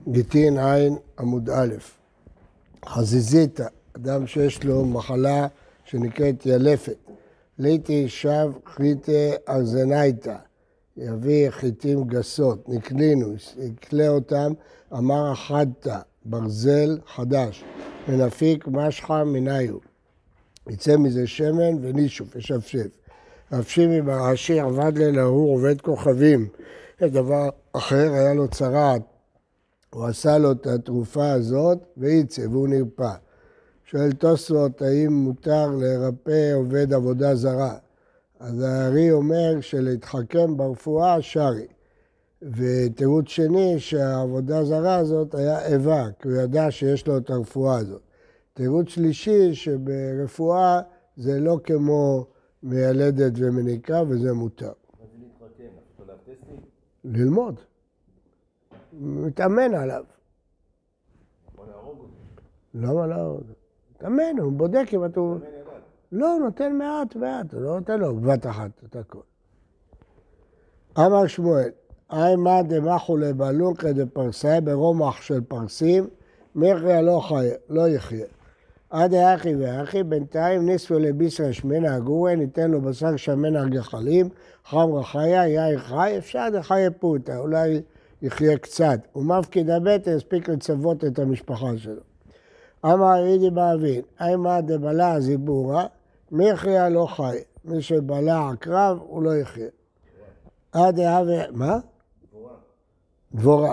גיטין עין עמוד א', חזיזית, אדם שיש לו מחלה שנקראת ילפת, ליטי שב חיטי ארזנייתא, יביא חיטים גסות, נקלינו, יקלה אותם, אמר אחדתא, ברזל חדש, ונפיק משחה מניו, יצא מזה שמן ונישוף, ישפשף. רב שימי בר אשי עבד ללהור עובד כוכבים, דבר אחר היה לו צרעת, הוא עשה לו את התרופה הזאת וייצא והוא נרפא. שואל תוספות האם מותר לרפא עובד עבודה זרה. אז הארי אומר שלהתחכם ברפואה שרי. ותירוץ שני שהעבודה זרה הזאת היה איבה, כי הוא ידע שיש לו את הרפואה הזאת. תירוץ שלישי שברפואה זה לא כמו מיילדת ומניקה וזה מותר. מה זה להתחכם? אתה לא טסטים? ללמוד. מתאמן עליו. בוא נהרוג אותו. למה לא? מתאמן, הוא בודק אם אתה... לא, הוא נותן מעט, הוא לא נותן לו בבת אחת את הכל. אמר שמואל, מה דמחו לבלונקה דפרסאי ברומח של פרסים, מיכריה לא יחיה. עד האחי והאחי, בינתיים ניסו לביסר שמנה הגורי, ניתן לו בשר שמנה גחלים, חמרה חיה, יאיר חי, אפשר דחיה פוטה, אולי יחיה קצת. ומפקיד הבטן הספיק לצוות את המשפחה שלו. אמר אידי באבין, מה דבלה זיבורה, מיכריה לא חי. מי שבלע הקרב, הוא לא יחיה. עד האחי, מה? דבורה.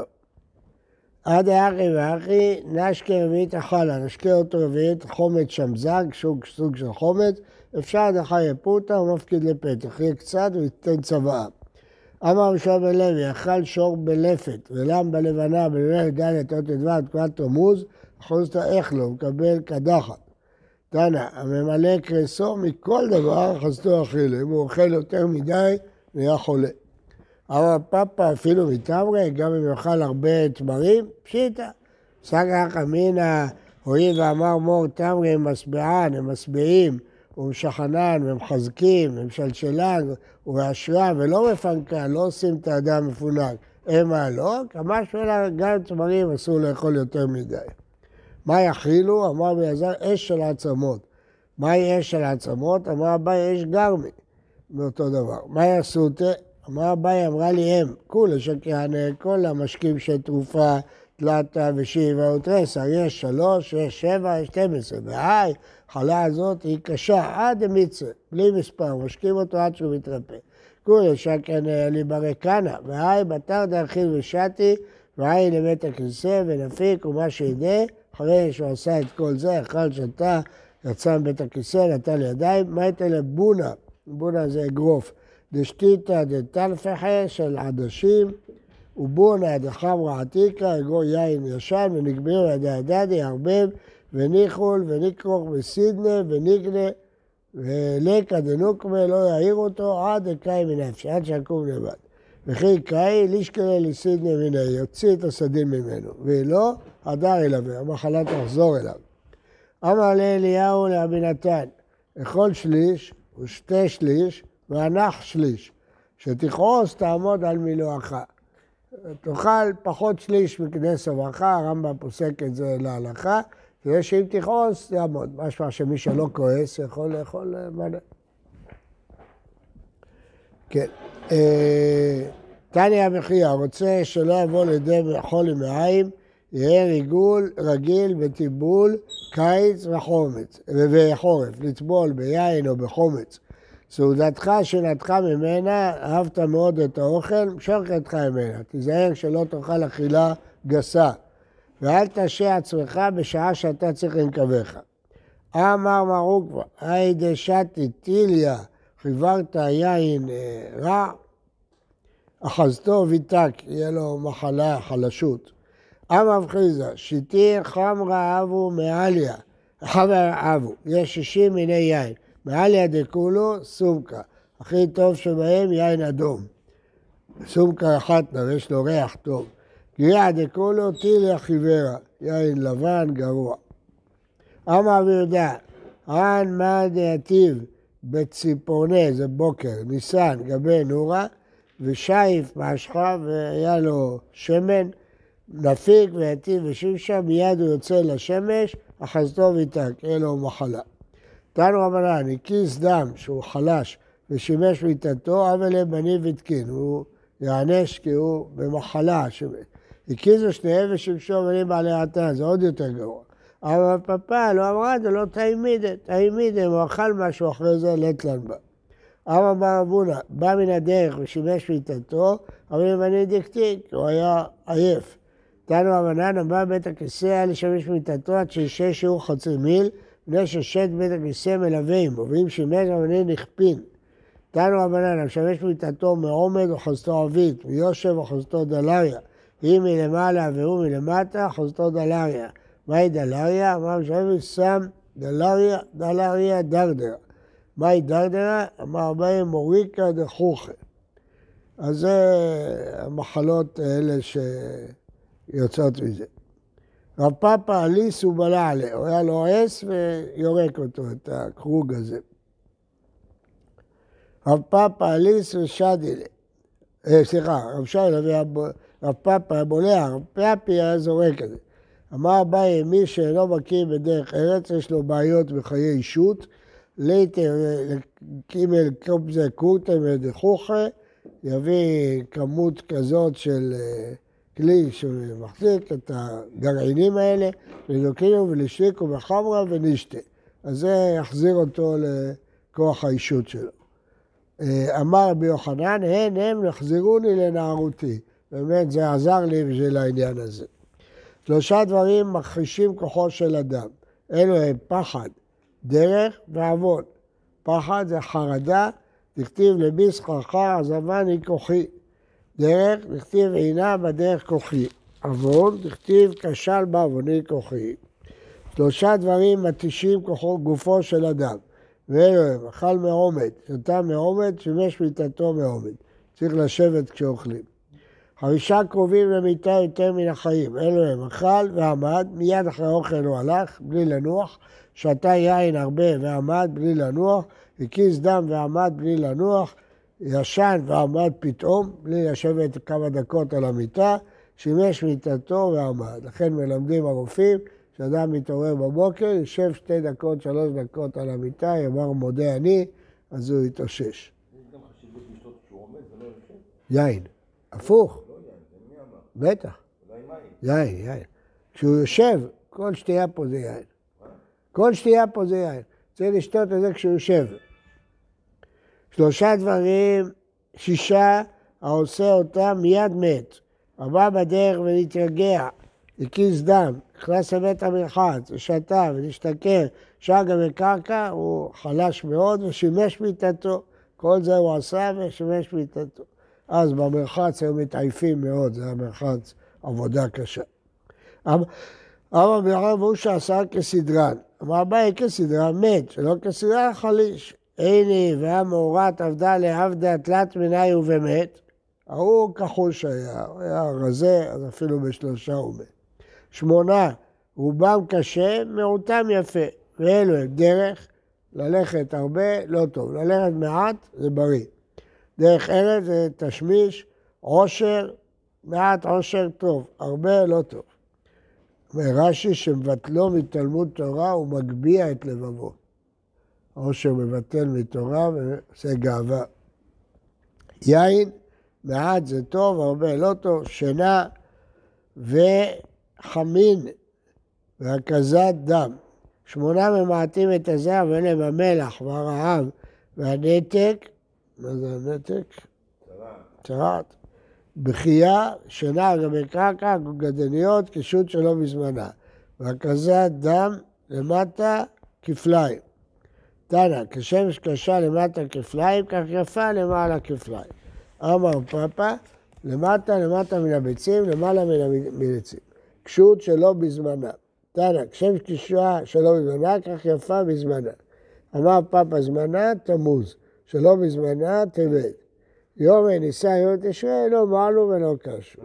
עד האחי והאחי, נשקה רביעית החלה, נשקה אותו רביעית חומץ שמזג, סוג של חומץ, אפשר דחיה פוטה, הוא מפקיד לפתח, יהיה קצת וייתן צבאה. אמר רשוע בן לוי, אכל שור בלפת, ולם בלבנה, בלבנה דלת, אות אדווה, תקועת תמוז, אחוזתא איך לו, מקבל קדחת. תנא, הממלא קרסו מכל דבר, חסתו אכילה, אם הוא אוכל יותר מדי, נהיה חולה. אמר פאפה אפילו מתמרי, גם אם יאכל הרבה תמרים, פשיטה. סגח אמינא, הואיל ואמר מור תמרי הם משביען, הם משביעים, ומשחנן, ומחזקים, ומשלשלן, ובאשרה, ולא מפנקה, לא עושים את האדם מפונק. אמה לא, כמה שאלה גם תמרים אסור לאכול יותר מדי. מה יכילו? אמר ביעזר, אש של עצמות. מהי אש של עצמות? אמר אביי, אש גרמי. מאותו דבר. מה יעשו אותה? אמר אביי, אמרה לי הם, כולה שכהנה, כל המשקים של תרופה, תלתה ושיבה ותרסה, יש 3, יש 7, יש 12. והי, חלה הזאת היא קשה, עד המצרה, בלי מספר, משקים אותו עד שהוא מתרפא. כולה שכהנה לי ברקנה, והי בתר דרכיל ושתי, והי לבית הכיסא ונפיק ומה שידע, אחרי שהוא עשה את כל זה, אכל שתה, יצא מבית הכיסא, נתן לידיים, מה הייתה לבונה? בונה זה אגרוף. דשתיתא דתלפחה של עדשים, ובונה דחמרה עתיקה, אגרו יין ישן, ונגברו ידי הדדי, ערבב, וניחול, וניקרוך בסידנה, ונגנה, ולקה דנוקמה, לא יעיר אותו, עד דקאי מנפש, עד שיקום לבד. וכי קאי, לישקלה לסידנה מנה, יוציא את הסדין ממנו, ולא, הדר אליו, המחלה תחזור אליו. אמר לאליהו לרבי נתן, אכול שליש ושתי שליש, והנח שליש, שתכעוס תעמוד על מילואך. תאכל פחות שליש מכדי סבך, הרמב"ם פוסק את זה להלכה, כדי שאם תכעוס תעמוד. משמע שמי שלא כועס יכול לאכול מנה. כן. תניא המחיה, רוצה שלא יבוא לידי חולי מעיים, יהיה ריגול, רגיל וטיבול, קיץ וחומץ, וחורף, לטבול ביין או בחומץ. סעודתך שנתך ממנה, אהבת מאוד את האוכל, משוך ידך ממנה. תיזהר שלא תאכל אכילה גסה. ואל תשע עצמך בשעה שאתה צריך לנקבך. אמר מרוקווה, הידי שתי טיליה, חיברת יין רע, אחזתו ויתק, יהיה לו מחלה, חלשות. אמר בחיזה, שיטי חמרה אבו מעליה, חמרה אבו, יש 60 מיני יין. מעליה דקולו, סומקה. הכי טוב שבהם יין אדום. סומקה אחת יש לו ריח טוב. גריעה דקולו, טיליה חיוורה. יין לבן גרוע. אמר ויודע, מה דעתיב בציפורני, זה בוקר, ניסן, גבי נורה, ושייף מהשכה, והיה לו שמן, נפיק ויתיב ושמשה, מיד הוא יוצא לשמש, אחזתו ויתק, אין לו מחלה. תנו רבנן, הקיס דם שהוא חלש ושימש מיתתו, אבל הם בנים ותקין, הוא יענש כי הוא במחלה. הקיזו שניהם ושמשו בנים בעלי עתה, זה עוד יותר גרוע. אבל הפפה לא אמרה, זה לא תאימידה, הוא אכל משהו אחרי זה, לטלן בה. אמר בר אבונה, בא מן הדרך ושימש מיתתו, אבל הם בנים דקטין, כי הוא היה עייף. תנו רבנן, אמר בית הכיסא היה לשמש מיתתו עד שישי שיעור חצי מיל, בני ששת בית הכיסא מלווה עמו, ואם שימש רבנן נכפין. תנו רבנן, המשמש מיתתו מעומד וחוזתו עבית, מיושב וחוזתו דלריה. היא מלמעלה והוא מלמטה, חוזתו דלריה. מהי דלריה? אמר משמש שם דלריה דרדרה. מהי דרדרה? אמר בהם מוריקה דחוכה. אז זה המחלות האלה שיוצאות מזה. רב פאפא אליס הוא בלע עליה, הוא היה לו עס ויורק אותו, את הקרוג הזה. רב פאפא אליס ושדי לה. רב פאפא היה בולע, רב פאפי היה זורק את זה. אמר אביי, מי שאינו מכיר בדרך ארץ, יש לו בעיות בחיי אישות, ליתר קימל קופזה קורטם ודחוכה, יביא כמות כזאת של כלי שמחזיק את הגרעינים האלה, ולוקינו ולשיקו בחמרה ונשתה. אז זה יחזיר אותו לכוח האישות שלו. אמר רבי יוחנן, הם יחזירוני לנערותי. באמת זה עזר לי בשביל העניין הזה. 3 דברים מכחישים כוחו של אדם. אלו הם פחד, דרך ועוון. פחד זה חרדה, תכתיב לבי שכרך, עזבני כוחי. דרך, תכתיב עינה בדרך כוחי. עוון, תכתיב כשל בעווני כוחי. 3 דברים מתישים גופו של אדם. ואלו הם, אכל מעומד, שתה מעומד, שימש מיתתו מעומד. צריך לשבת כשאוכלים. 5 קרובים למיטה יותר מן החיים. אלו הם, אכל ועמד, מיד אחרי האוכל הוא הלך, בלי לנוח. שתה יין הרבה ועמד בלי לנוח. הקיז דם ועמד בלי לנוח. ישן ועמד פתאום, בלי לשבת כמה דקות על המיטה. שימש מיתתו ועמד. לכן מלמדים הרופאים, כשאדם מתעורר בבוקר, יושב 2 דקות, 3 דקות על המיטה, יאמר מודה אני, אז הוא יתאושש. יש גם חשיבות לשתות כשהוא עומד, זה לא יושב? יין. הפוך. לא יין, זה מי אמר? בטח. אולי מים. יין. כשהוא יושב, כל שתייה פה זה יין. כל שתייה פה זה יין. צריך לשתות את זה כשהוא יושב. 3 דברים, 6, העושה אותם מיד מת. עבר בדרך ונתרגע, הקיז דם, נכנס לבית המרחץ, ושתה ונשתכר, שעה גם בקרקע, הוא חלש מאוד ושימש מיתתו. כל זה הוא עשה ושימש מיתתו. אז במרחץ היו מתעייפים מאוד, זה המרחץ עבודה קשה. אבל ברב הוא שעשה כסדרן. אמר ביי כסדרן מת, שלא כסדרן חליש. איני והמאורת עבדה לעבדה תלת מיני ומת. ההוא כחוש היה, הוא היה רזה, אז אפילו ב3 הוא מת. 8, רובם קשה, מיעוטם יפה. ואלו הם דרך, ללכת הרבה, לא טוב. ללכת מעט, זה בריא. דרך ארץ זה תשמיש, עושר, מעט עושר טוב, הרבה לא טוב. רש"י שמבטלו מתלמוד תורה, הוא מגביה את לבבו. עושר מבטל מתורה ועושה גאווה. יין, מעט זה טוב, הרבה לא טוב, שינה וחמין והקזת דם. 8 ממעטים את הזר ואלה במלח והרעב והנתק. מה זה הנתק? צרת. בחייה, שינה על גבי קרקע, גדניות, קישוט שלא בזמנה. והקזת דם למטה כפליים. תנא, כשמש קשה למטה כפליים, כך יפה למעלה כפליים. אמר פאפא, למטה מן הביצים, למעלה מן המליצים. קשות שלא בזמנה. תנא, כשמש קשה שלא בזמנה, כך יפה בזמנה. אמר פאפא, זמנה תמוז, שלא בזמנה טבת. יום ניסה יום תשרי, לא מעלו ולא קשו.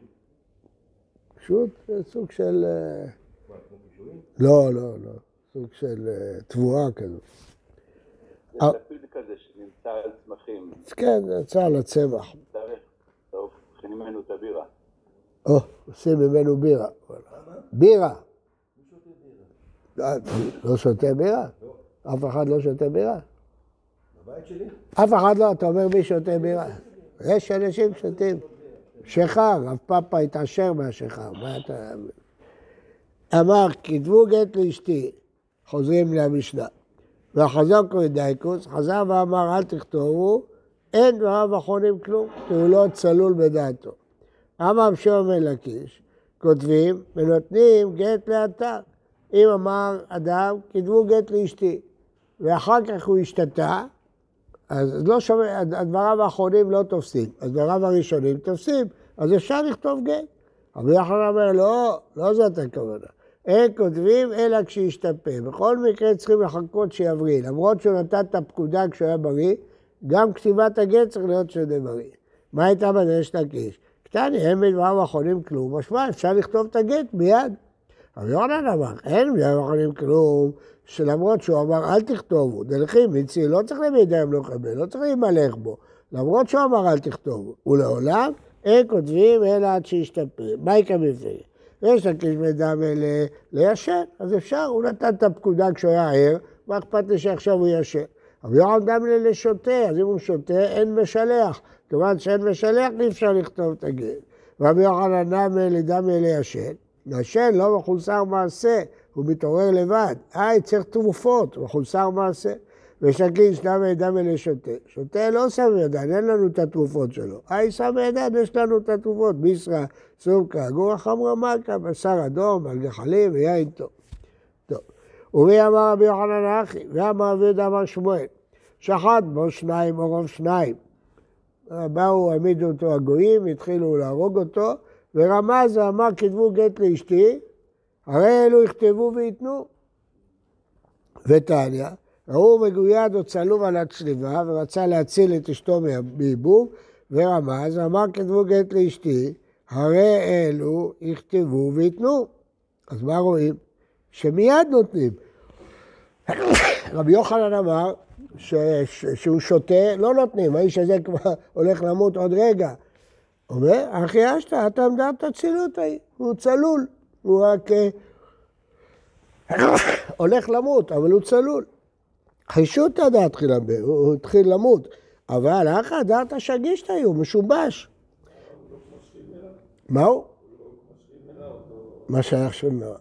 קשות זה סוג של... לא. סוג של תבואה כזאת. זה לפיד כזה שנמצא על צמחים. כן, זה נמצא על הצמח. טוב, הכין ממנו את הבירה. עושים ממנו בירה. בירה. לא שותה בירה? אף אחד לא שותה בירה? בבית שלי? אף אחד לא, אתה אומר מי שותה בירה. יש אנשים שותים. שחר, אף פאפה התעשר מהשחר. אמר, כתבו גט לאשתי, חוזרים למשנה. והחזוק הוא דייקוס, חזר ואמר, אל תכתובו, אין דבריו אחרונים כלום, כי הוא לא צלול בדעתו. אמר שום לקיש, כותבים ונותנים גט לאתר. אם אמר אדם, כתבו גט לאשתי, ואחר כך הוא השתתה, אז לא שומע, הדבריו האחרונים לא תופסים, הדבריו הראשונים תופסים, אז אפשר לכתוב גט. אבל יחד אומר, לא זאת הכוונה. אין כותבים אלא כשישתפה. בכל מקרה צריכים לחכות שיבריא. למרות שהוא נתן את הפקודה כשהוא היה בריא, גם כתיבת הגט צריך להיות שדה בריא. מה הייתה בדרש לקיש? קטני, אין בדבריו האחרונים כלום, משמע אפשר לכתוב את הגט מיד. אבל יוחנן אמר, אין בדבריו האחרונים כלום, שלמרות שהוא אמר אל תכתובו, דלכים, מיצי, לא צריך למידיים לא לקבל, לא צריך להימלך בו. למרות שהוא אמר אל תכתובו, ולעולם אין כותבים אלא עד שישתפה. מה יקרה בפני? יש לקיש מידע ליישן, אז אפשר, הוא נתן את הפקודה כשהוא היה ער, מה אכפת לי שעכשיו הוא יישן? אבל יוחנן גם לשותה, אז אם הוא שותה אין משלח, כיוון שאין משלח אי אפשר לכתוב את הגט. רבי יוחנן נמי לדמי ליישן, ישן לא מחוסר מעשה, הוא מתעורר לבד, צריך תרופות, מחוסר מעשה. ושקיש דמי לשותה, שותה לא שם ידן, אין לנו את התרופות שלו. שם ידן, יש לנו את התרופות, ביסרה, סומקה, גורה חמרה מלכה, בשר אדום, על גחלים ויין טוב. טוב. ומי אמר רבי יוחנן אחי, ואמר רבי יהודה אמר שמואל, שחט בו שניים או רוב שניים. באו, העמידו אותו הגויים, התחילו להרוג אותו, ורמז ואמר, כתבו גט לאשתי, הרי אלו יכתבו ויתנו. ותניא, ראו מגויד או צלוב על הצליבה, ורצה להציל את אשתו מבוב, ורמז ואמר, כתבו גט לאשתי, הרי אלו יכתבו ויתנו. אז מה רואים? שמיד נותנים. רבי יוחנן אמר שהוא שותה, לא נותנים, האיש הזה כבר הולך למות עוד רגע. אומר, אחי אשתה, אתה עמדת תצילות, הוא צלול, הוא רק הולך למות, אבל הוא צלול. חישות הדעת הוא התחיל למות, אבל אחר הדעת השגישת הוא משובש. מה הוא? מה שייך של מרע?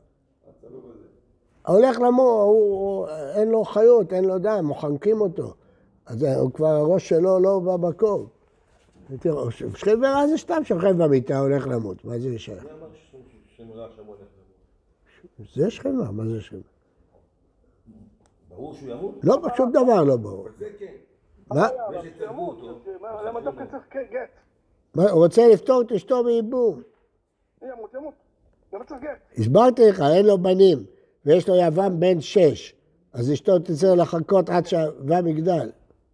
הולך למות, אין לו חיות, אין לו דם, מוחנקים אותו. אז כבר הראש שלו לא במקום. שכב מרע זה סתם שכב במיטה, הולך למות. מה זה שייך? מי אמר שמרע שם הולך למות? זה שכב מרע, מה זה שכב מרע? ברור שהוא ימות? לא, שום דבר לא ברור. זה כן. מה? ושצלבו אותו. למה דווקא צריך גט? הוא רוצה לפתור את אשתו מייבום. ימות. למה צריך גט? הסברתי לך, אין לו בנים, ויש לו יבם בן 6, אז אשתו תצא לחכות עד שהיבם יגדל.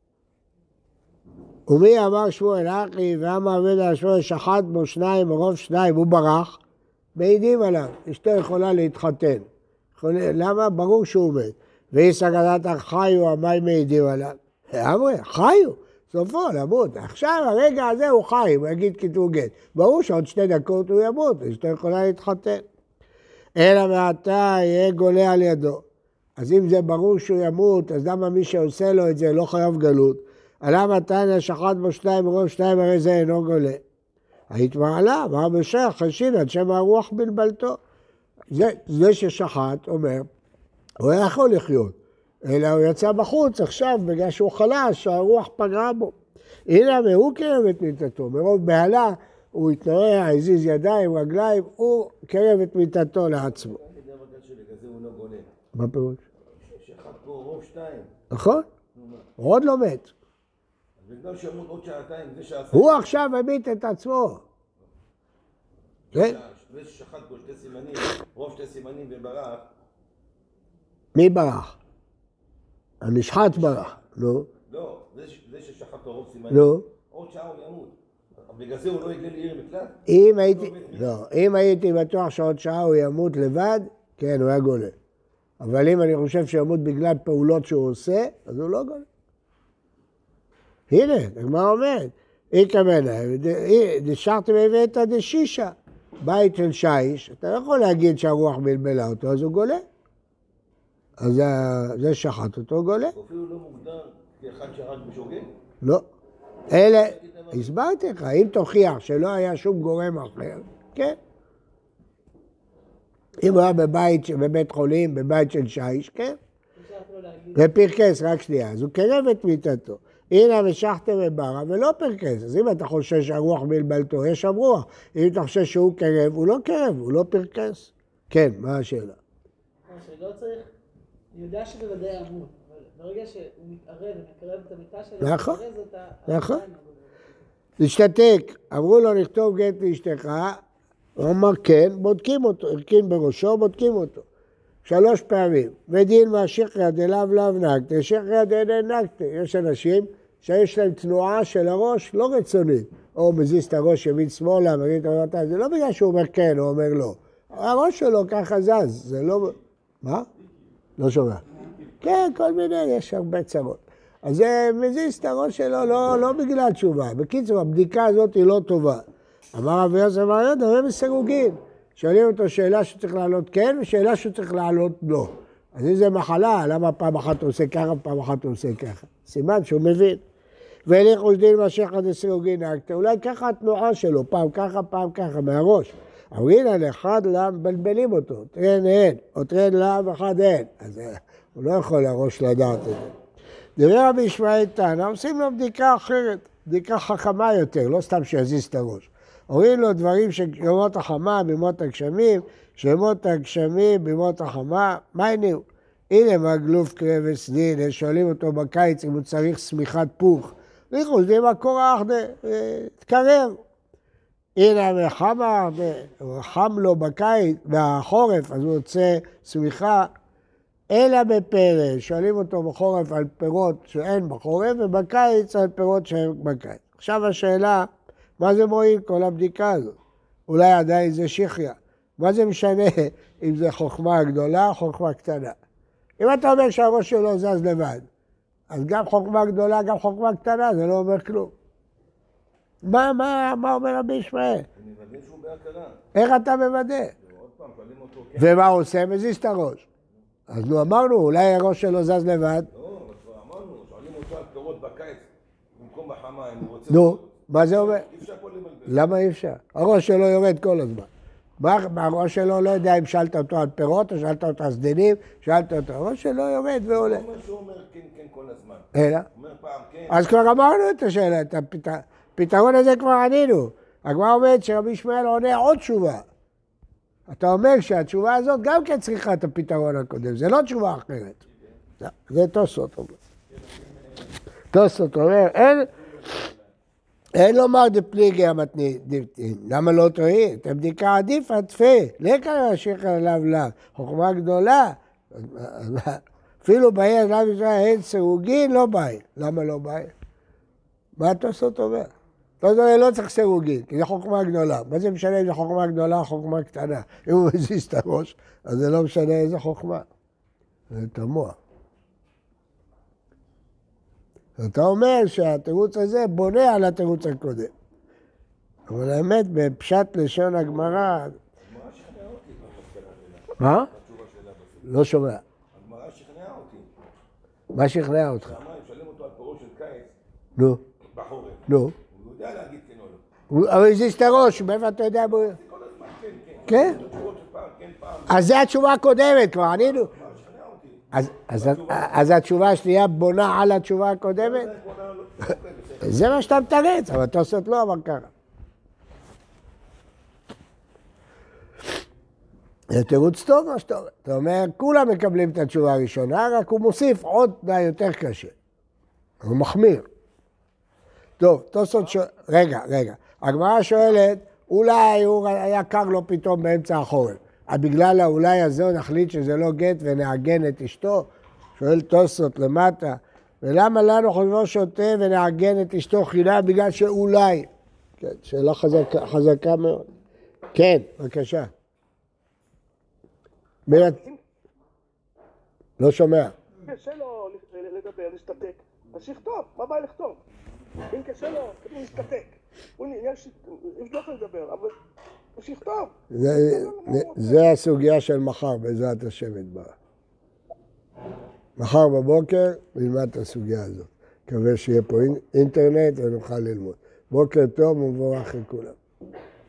ומי אמר שמואל אחי, ואמר רבי יהודה שמואל שחט בו שניים או רוב שניים, הוא ברח, מעידים עליו, אשתו יכולה להתחתן. למה? ברור שהוא מת. ואי סגדת חיו, המים מעידים עליו. אמרו, חיו, סופו, למות. עכשיו, הרגע הזה הוא חי, הוא יגיד כתבו גט. ברור שעוד 2 דקות הוא ימות, אשתו יכולה להתחתן. אלא מעתה יהיה גולה על ידו. אז אם זה ברור שהוא ימות, אז למה מי שעושה לו את זה לא חייב גלות? למה תניא שחט בו 2 רוב 2, הרי זה אינו גולה. היית מעלה, אמר בשייך, חשין עד שם הרוח בלבלתו. זה ששחט אומר, הוא היה יכול לחיות, אלא הוא יצא בחוץ עכשיו בגלל שהוא חלש, הרוח פגעה בו. הנה הוא קרב את מיטתו, מרוב בהלה הוא התנועע, הזיז ידיים, רגליים, הוא קרב את מיטתו לעצמו. בגלל זה הוא לא גולה. מה פירוש? שחט פה רוב 2. נכון? הוא עוד לא מת. בגלל שימות עוד 2 שעתיים, זה שעשה. הוא עכשיו המית את עצמו. כן? זה ששחט פה 2 סימנים, רוב 2 סימנים וברח. מי ברח? הנשחט ברח, נו. לא, זה ששחט פה רוב סימנים. נו. עוד שעה הוא ימות. בגלל זה הוא לא יגלה לעיר מקלט? אם הייתי בטוח שעוד שעה הוא ימות לבד, כן, הוא היה גולה. אבל אם אני חושב שימות בגלל פעולות שהוא עושה, אז הוא לא גולה. הנה, הגמרא אומרת, איקא מנה, נשארתם הבאת דשישה. בית של שיש, אתה לא יכול להגיד שהרוח בלבלה אותו, אז הוא גולה. אז זה שחט אותו, גולה. הוא אפילו לא מוגדר כאחד שרק בשוגג? לא. אלה, הסברתי לך, אם תוכיח שלא היה שום גורם אחר, כן. אם הוא היה בבית חולים, בבית של שיש, כן. ופרקס, רק שנייה, אז הוא קרב את מיטתו. הנה משכתם וברה ולא פרקס. אז אם אתה חושב שהרוח בלבלתו, יש שם רוח. אם אתה חושב שהוא קרב, הוא לא קרב, הוא לא פרקס. כן, מה השאלה? שלא צריך, אני יודע שבוודאי אמור, אבל ברגע שהוא מתערב ומקרב את המיטה שלו, נכון, נכון. להשתתק, אמרו לו לכתוב גט לאשתך, הוא אמר כן, בודקים אותו, הרכין בראשו, בודקים אותו. 3 פעמים, ודין מהשכרא דלאו לאו נגתא, שכרא דאין נגתא. יש אנשים שיש להם תנועה של הראש לא רצונית, או מזיז את הראש ימין שמאלה, מרים את הראש, זה לא בגלל שהוא אומר כן, הוא אומר לא. הראש שלו ככה זז, זה לא... מה? לא שומע. כן, כל מיני, יש הרבה צרות. אז זה מזיז את הראש שלו, לא בגלל תשובה. בקיצור, הבדיקה הזאת היא לא טובה. אמר רבי יוסף בר יהודה, הם מסרוגין. שואלים אותו שאלה שצריך לעלות כן, ושאלה שצריך לעלות לא. אז אם זה מחלה, למה פעם אחת הוא עושה ככה, פעם אחת הוא עושה ככה? סימן שהוא מבין. והליכו דין משכא דסירוגין נגתא, אולי ככה התנועה שלו, פעם ככה, מהראש. אבל הנה לאחד מבלבלים אותו, טרן אין, או טרן לאו אחד אין. אז הוא לא יכול הראש לדעת את זה. דברי רבי ישמעאל תנא, עושים לו בדיקה אחרת, בדיקה חכמה יותר, לא סתם שיזיז את הראש. אומרים לו דברים שימות החמה בימות הגשמים, שימות הגשמים בימות החמה, מה הניעו? הנה מגלוף קרבס דין, שואלים אותו בקיץ אם הוא צריך סמיכת פוך. וחושבים הקורח, תקרר. הנה מחמה, חם לו בקיץ, בחורף, אז הוא רוצה סמיכה. אלא בפרא, שואלים אותו בחורף על פירות שאין בחורף, ובקיץ על פירות שאין בקיץ. עכשיו השאלה, מה זה מועיל כל הבדיקה הזאת? אולי עדיין זה שכיה. מה זה משנה אם זה חוכמה גדולה או חוכמה קטנה? אם אתה אומר שהראש שלו זז לבד, אז גם חוכמה גדולה, גם חוכמה קטנה, זה לא אומר כלום. מה אומר רבי ישמעאל? אני מוודא שהוא בהכרה. איך אתה מוודא? עוד פעם, שואלים אותו, כן. ומה הוא עושה? מזיז את הראש. אז נו אמרנו, אולי הראש שלו זז לבד. לא, כבר אמרנו, שואלים אותו על פירות בקיץ, במקום בחמה, אם הוא רוצה... נו, מה זה אומר? אי אפשר פה לבלבל. למה אי אפשר? הראש שלו יורד כל הזמן. הראש שלו לא יודע אם שאלת אותו על פירות או שאלת אותו על סדינים, שאלת אותו, הראש שלו יורד ועולה. הוא אומר שהוא אומר כן, כן כל הזמן. אלא? הוא אומר פעם כן. אז כבר אמרנו את השאלה, את הפתרון הזה כבר ענינו. הגמרא אומרת שרבי ישמעאל עונה עוד תשובה. אתה אומר שהתשובה הזאת גם כן צריכה את הפתרון הקודם, זה לא תשובה אחרת. זה תוספות אומר. תוספות אומר, אין לומר דפליגי המתנית, למה לא תראי? את הבדיקה עדיף עדפה, לקרא השכר עליו לאו, חוכמה גדולה, אפילו בעיר לאו ישראל אין סירוגין, לא בעיר. למה לא בעיר? מה התוספות אומר? תוספות לא צריך סירוגין, כי זה חוכמה גדולה. מה זה משנה אם זה חוכמה גדולה או חוכמה קטנה? אם הוא מזיז את הראש, אז זה לא משנה איזה חוכמה. זה תמוה. אתה אומר שהתירוץ הזה בונה על התירוץ הקודם. אבל האמת, בפשט לשון הגמרא... מה? לא שומע. הגמרא שכנעה אותי. מה שכנע אותך? למה הם שואלים אותו על פירות של קיץ נו. בחורף. נו. הוא יודע להגיד כן או לא. אבל הוא הזיז את הראש, מאיפה אתה יודע? כל הזמן כן, כן. כן? תשובות של פעם, כן, פעם. אז זו התשובה הקודמת, כבר ענינו. הגמרא שכנעה אותי. אז התשובה השנייה בונה על התשובה הקודמת? זה מה שאתה מתרץ, אבל תוספות לא אמר ככה. זה תירוץ טוב מה שאתה אומר. אתה אומר, כולם מקבלים את התשובה הראשונה, רק הוא מוסיף עוד תנאי יותר קשה. הוא מחמיר. טוב, תוספות שואל... רגע. הגמרא שואלת, אולי הוא היה קר לו פתאום באמצע החורף. אז בגלל האולי הזה נחליט שזה לא גט ונעגן את אשתו? שואל תוספות למטה. ולמה לנו חושבו שותה ונעגן את אשתו חינם בגלל שאולי? כן, שאלה חזקה מאוד. כן, בבקשה. לא שומע. קשה לו לדבר, להשתתק, אז שיכתוב, מה בעיה לכתוב? אם קשה לו, כתוב להשתתק. יש לא יכול לדבר, אבל שיכתוב. זה הסוגיה של מחר, בעזרת השם יתברך. מחר בבוקר נלמד את הסוגיה הזאת. מקווה שיהיה פה אינטרנט ונוכל ללמוד. בוקר טוב ומבורך לכולם.